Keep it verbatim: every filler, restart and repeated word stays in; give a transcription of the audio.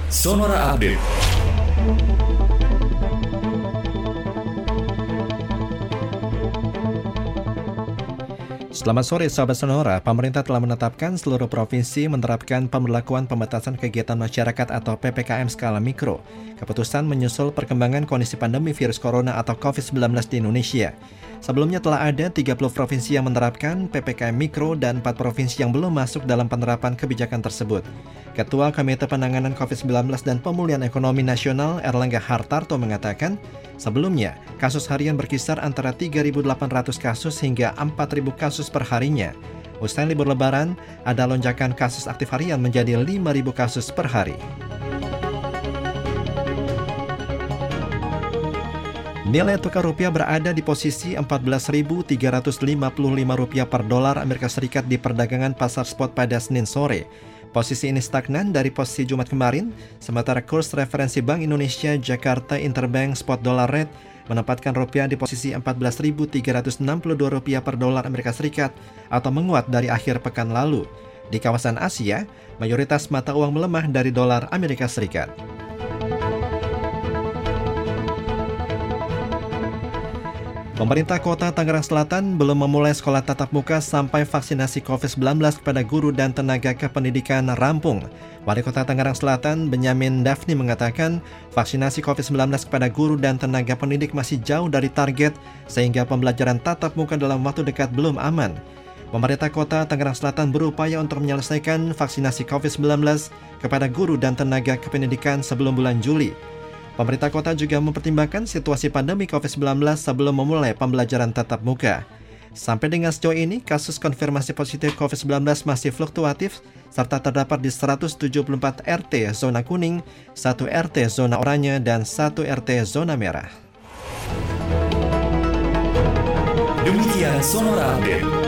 Sonora Update. Selamat sore sahabat Sonora, pemerintah telah menetapkan seluruh provinsi menerapkan pemberlakuan pembatasan kegiatan masyarakat atau P P K M skala mikro. Keputusan menyusul perkembangan kondisi pandemi virus corona atau covid sembilan belas di Indonesia. Sebelumnya telah ada tiga puluh provinsi yang menerapkan P P K M mikro dan empat provinsi yang belum masuk dalam penerapan kebijakan tersebut. Ketua Komite Penanganan covid sembilan belas dan Pemulihan Ekonomi Nasional Erlangga Hartarto mengatakan, sebelumnya kasus harian berkisar antara tiga ribu delapan ratus kasus hingga empat ribu kasus per harinya. Usai libur lebaran, ada lonjakan kasus aktif harian menjadi lima ribu kasus per hari. Nilai tukar rupiah berada di posisi empat belas ribu tiga ratus lima puluh lima rupiah per dolar Amerika Serikat di perdagangan pasar spot pada Senin sore. Posisi ini stagnan dari posisi Jumat kemarin, sementara kurs referensi Bank Indonesia Jakarta Interbank Spot Dollar Rate menempatkan rupiah di posisi empat belas ribu tiga ratus enam puluh dua rupiah per dolar Amerika Serikat atau menguat dari akhir pekan lalu. Di kawasan Asia, mayoritas mata uang melemah dari dolar Amerika Serikat. Pemerintah Kota Tangerang Selatan belum memulai sekolah tatap muka sampai vaksinasi covid sembilan belas kepada guru dan tenaga kependidikan rampung. Wali Kota Tangerang Selatan, Benyamin Daphni mengatakan, vaksinasi covid sembilan belas kepada guru dan tenaga pendidik masih jauh dari target, sehingga pembelajaran tatap muka dalam waktu dekat belum aman. Pemerintah Kota Tangerang Selatan berupaya untuk menyelesaikan vaksinasi covid sembilan belas kepada guru dan tenaga kependidikan sebelum bulan Juli. Pemerintah kota juga mempertimbangkan situasi pandemi covid sembilan belas sebelum memulai pembelajaran tatap muka. Sampai dengan sejauh ini, kasus konfirmasi positif covid sembilan belas masih fluktuatif, serta terdapat di seratus tujuh puluh empat R T zona kuning, satu R T zona oranye, dan satu R T zona merah. Demikian Sonora Update.